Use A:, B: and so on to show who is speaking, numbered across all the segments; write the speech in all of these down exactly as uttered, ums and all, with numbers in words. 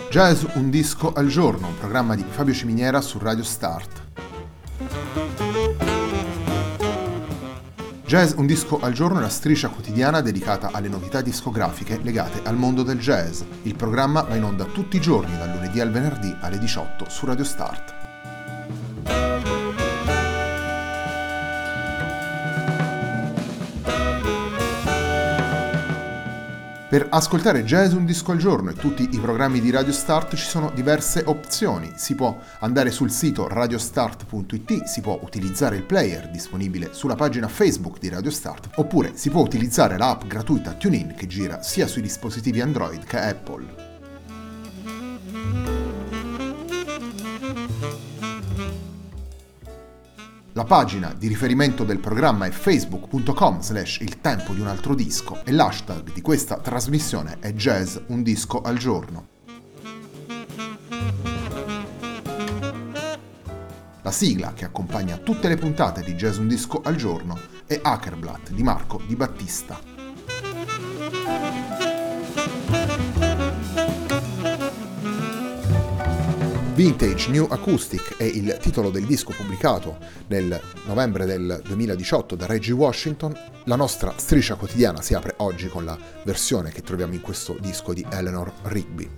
A: Jazz Un Disco al Giorno, un programma di Fabio Ciminiera su Radio Start. Jazz Un Disco al Giorno è una striscia quotidiana dedicata alle novità discografiche legate al mondo del jazz. Il programma va in onda tutti i giorni, dal lunedì al venerdì alle diciotto su Radio Start. Per ascoltare Jazz Un Disco al Giorno e tutti i programmi di Radio Start ci sono diverse opzioni. Si può andare sul sito radiostart punto it, si può utilizzare il player disponibile sulla pagina Facebook di Radio Start, oppure si può utilizzare l'app gratuita TuneIn che gira sia sui dispositivi Android che Apple. La pagina di riferimento del programma è facebook punto com slash il tempo di un altro disco e l'hashtag di questa trasmissione è Jazz Un Disco al Giorno. La sigla che accompagna tutte le puntate di Jazz Un Disco al Giorno è Ackerblatt di Marco Di Battista. Vintage New Acoustic è il titolo del disco pubblicato nel novembre del duemiladiciotto da Reggie Washington. La nostra striscia quotidiana si apre oggi con la versione che troviamo in questo disco di Eleanor Rigby.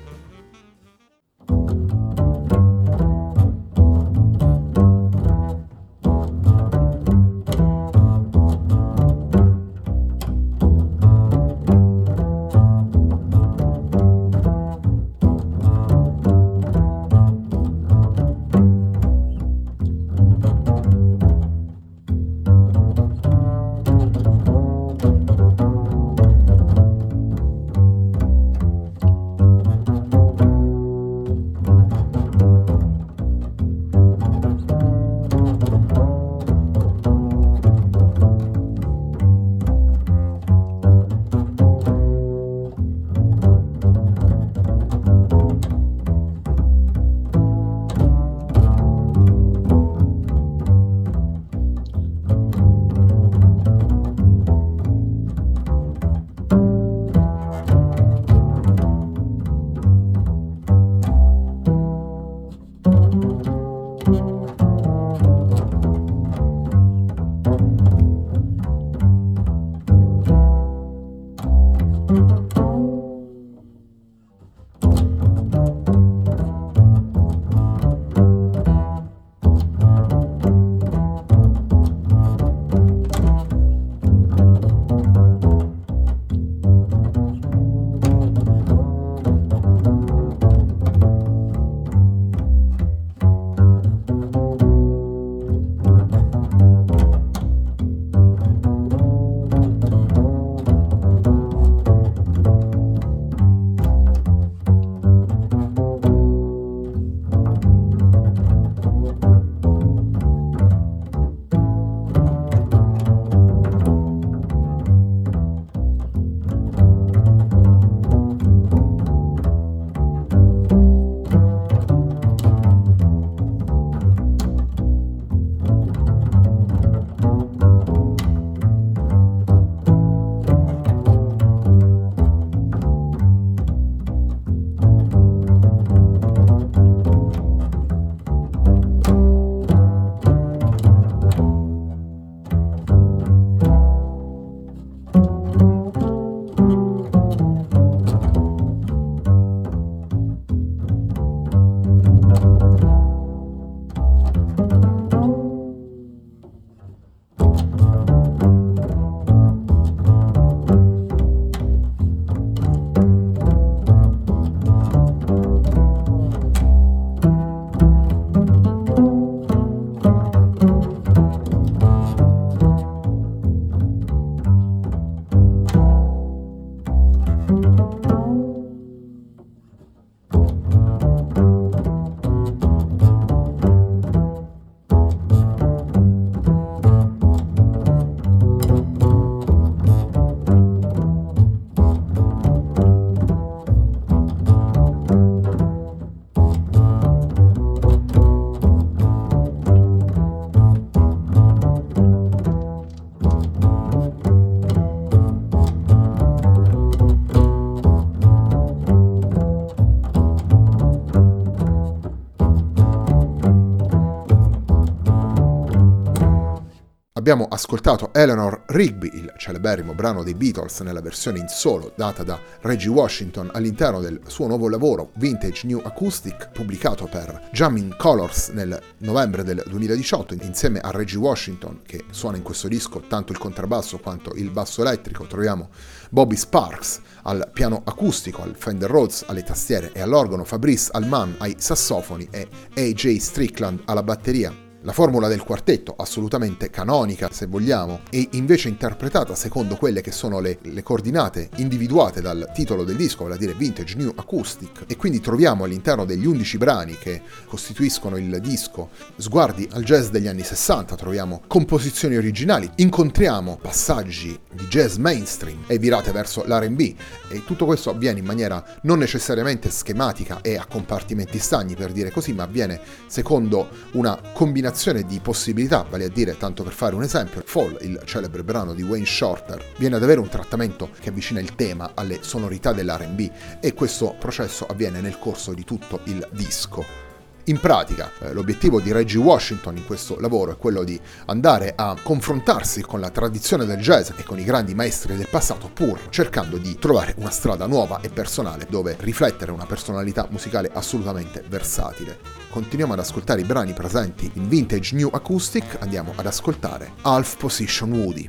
A: Abbiamo ascoltato Eleanor Rigby, il celeberrimo brano dei Beatles nella versione in solo data da Reggie Washington all'interno del suo nuovo lavoro Vintage New Acoustic, pubblicato per Jamming Colors nel novembre del duemiladiciotto. Insieme a Reggie Washington, che suona in questo disco tanto il contrabbasso quanto il basso elettrico, troviamo Bobby Sparks al piano acustico, al Fender Rhodes alle tastiere e all'organo, Fabrice Allman ai sassofoni e A J Strickland alla batteria. La formula del quartetto, assolutamente canonica se vogliamo, e invece interpretata secondo quelle che sono le, le coordinate individuate dal titolo del disco, vale a dire Vintage New Acoustic, e quindi troviamo all'interno degli undici brani che costituiscono il disco sguardi al jazz degli anni sessanta, troviamo composizioni originali, incontriamo passaggi di jazz mainstream e virate verso l'R and B, e tutto questo avviene in maniera non necessariamente schematica e a compartimenti stagni, per dire così, ma avviene secondo una combinazione di possibilità, vale a dire, tanto per fare un esempio, Fall, il celebre brano di Wayne Shorter, viene ad avere un trattamento che avvicina il tema alle sonorità dell'R and B, e questo processo avviene nel corso di tutto il disco. In pratica, eh, l'obiettivo di Reggie Washington in questo lavoro è quello di andare a confrontarsi con la tradizione del jazz e con i grandi maestri del passato, pur cercando di trovare una strada nuova e personale dove riflettere una personalità musicale assolutamente versatile. Continuiamo ad ascoltare i brani presenti in Vintage New Acoustic, andiamo ad ascoltare Half Position Woody.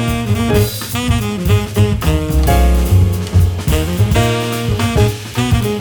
B: Thank you.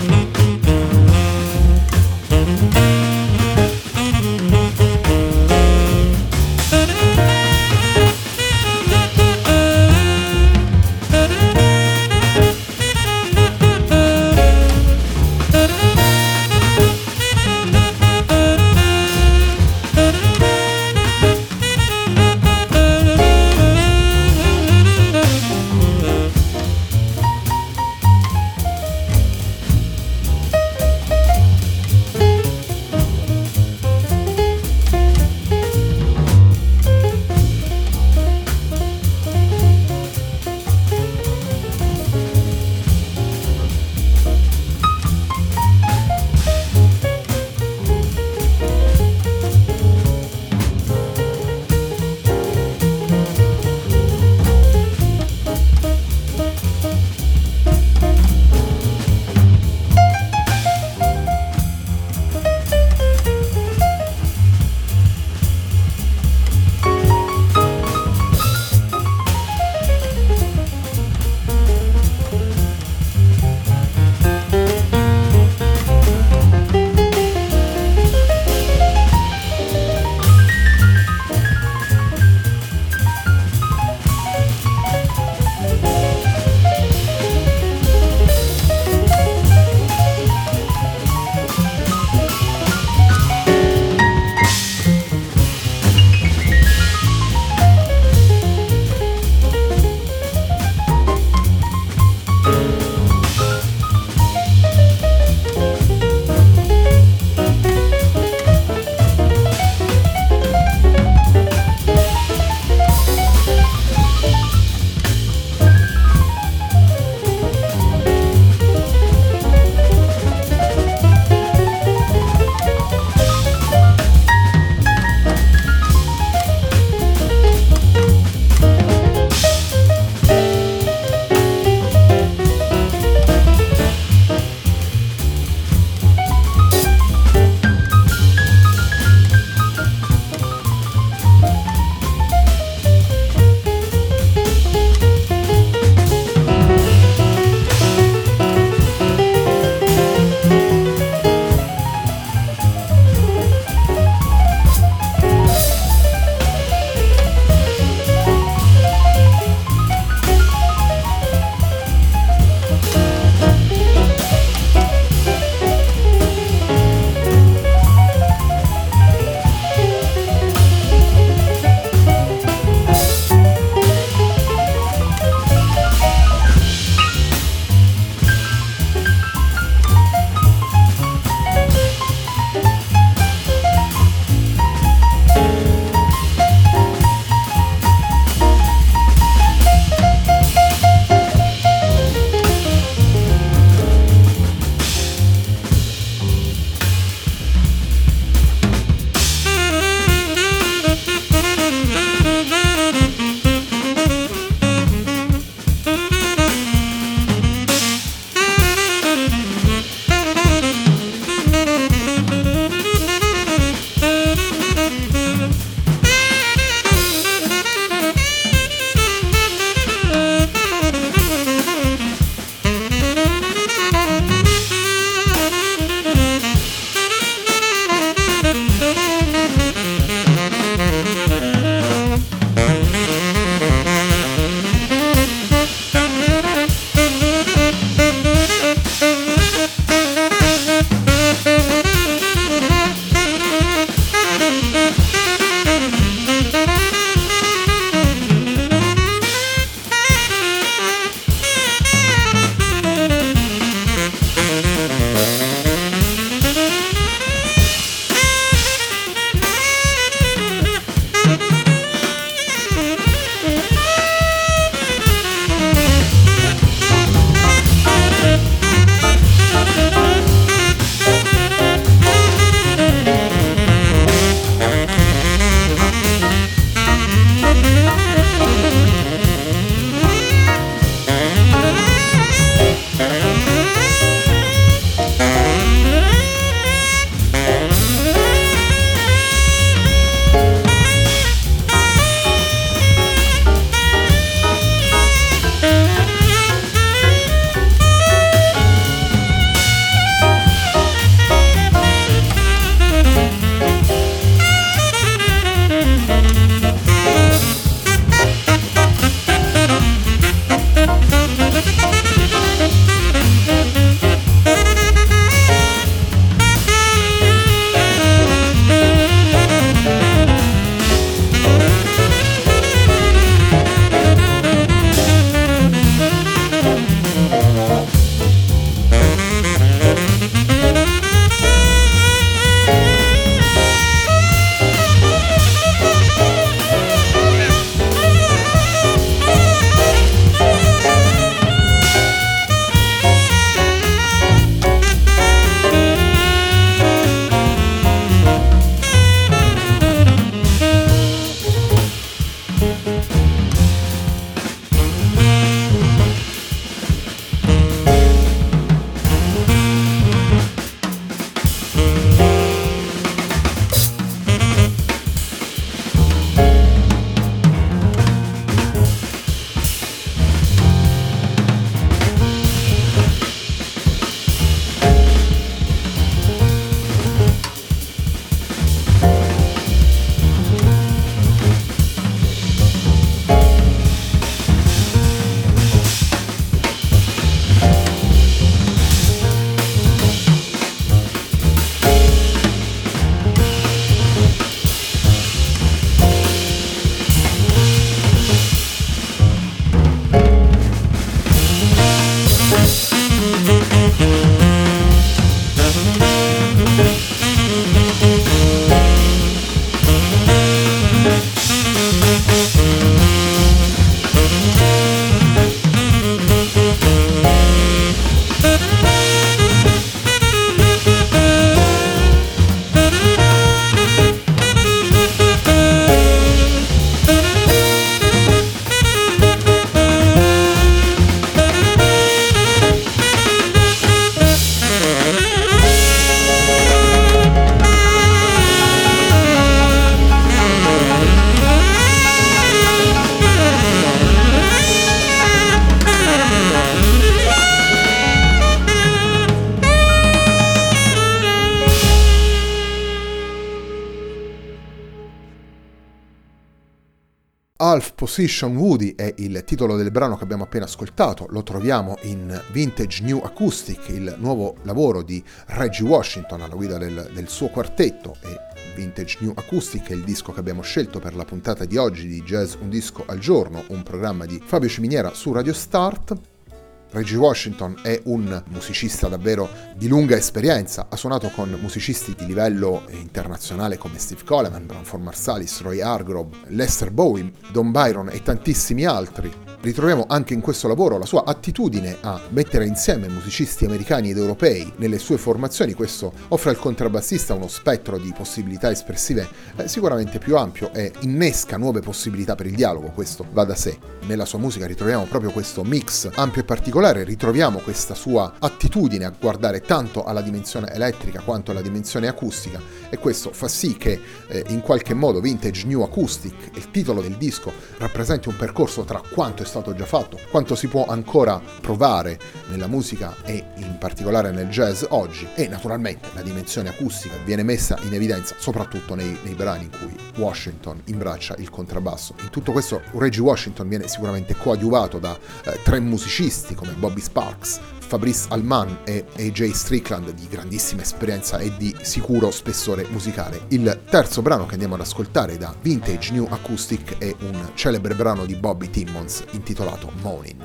A: Half Position Woody è il titolo del brano che abbiamo appena ascoltato, lo troviamo in Vintage New Acoustic, il nuovo lavoro di Reggie Washington alla guida del, del suo quartetto, e Vintage New Acoustic è il disco che abbiamo scelto per la puntata di oggi di Jazz Un Disco al Giorno, un programma di Fabio Ciminiera su Radio Start. Reggie Washington è un musicista davvero di lunga esperienza, ha suonato con musicisti di livello internazionale come Steve Coleman, Branford Marsalis, Roy Hargrove, Lester Bowie, Don Byron e tantissimi altri. Ritroviamo anche in questo lavoro la sua attitudine a mettere insieme musicisti americani ed europei nelle sue formazioni. Questo offre al contrabbassista uno spettro di possibilità espressive eh, sicuramente più ampio e innesca nuove possibilità per il dialogo, questo va da sé. Nella sua musica ritroviamo proprio questo mix ampio e particolare, ritroviamo questa sua attitudine a guardare tanto alla dimensione elettrica quanto alla dimensione acustica, e questo fa sì che eh, in qualche modo Vintage New Acoustic, il titolo del disco, rappresenti un percorso tra quanto è stato già fatto, quanto si può ancora provare nella musica e in particolare nel jazz oggi, e naturalmente la dimensione acustica viene messa in evidenza soprattutto nei, nei brani in cui Washington imbraccia il contrabbasso. In tutto questo Reggie Washington viene sicuramente coadiuvato da eh, tre musicisti come Bobby Sparks, Fabrice Allman e A J Strickland, di grandissima esperienza e di sicuro spessore musicale. Il terzo brano che andiamo ad ascoltare da Vintage New Acoustic è un celebre brano di Bobby Timmons intitolato Moanin'.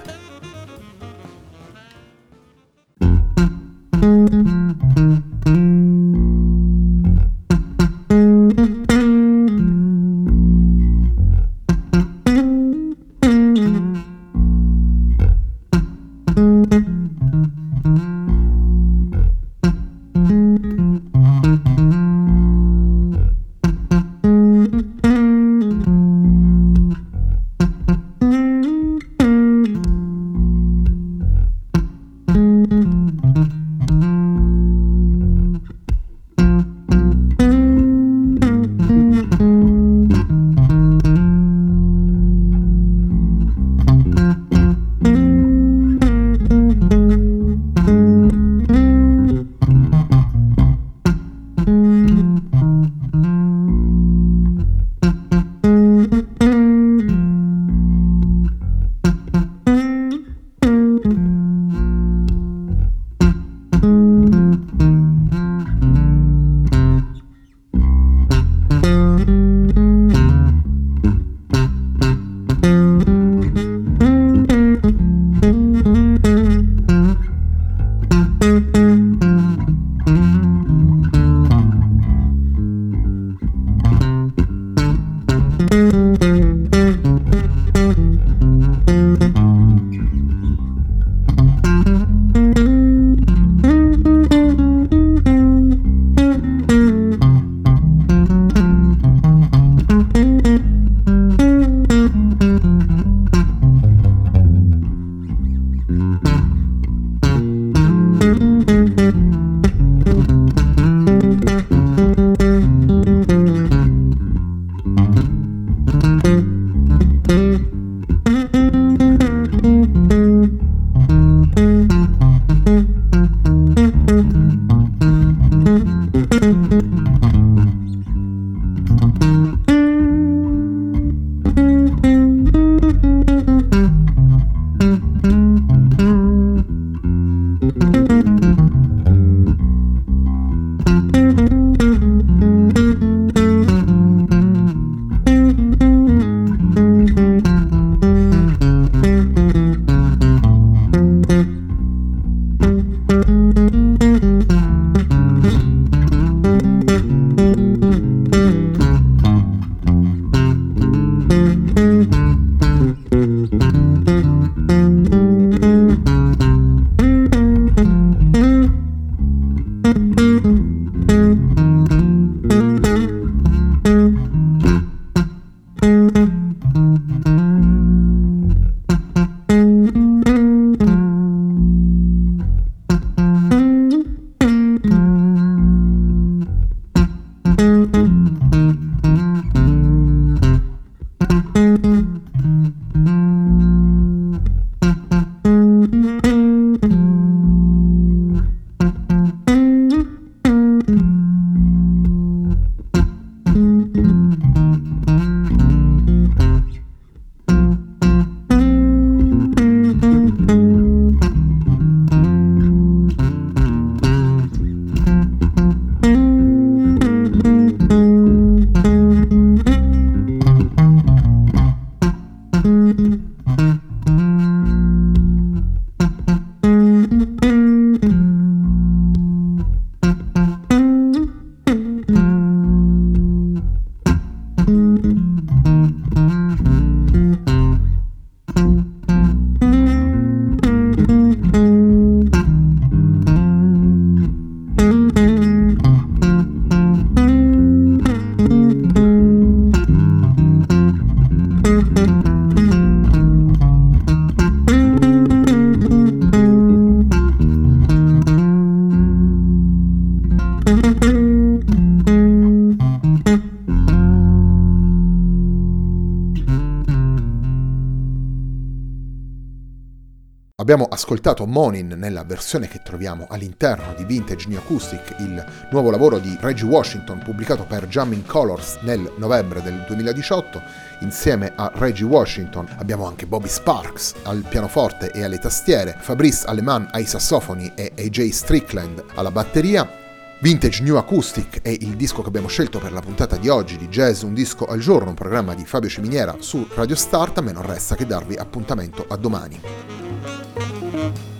A: Abbiamo ascoltato Monin nella versione che troviamo all'interno di Vintage New Acoustic, il nuovo lavoro di Reggie Washington pubblicato per Jamming Colors nel novembre del duemiladiciotto. Insieme a Reggie Washington abbiamo anche Bobby Sparks al pianoforte e alle tastiere, Fabrice Aleman ai sassofoni e A J Strickland alla batteria. Vintage New Acoustic è il disco che abbiamo scelto per la puntata di oggi di Jazz Un Disco al Giorno, un programma di Fabio Ciminiera su Radio Start. A me non resta che darvi appuntamento a domani.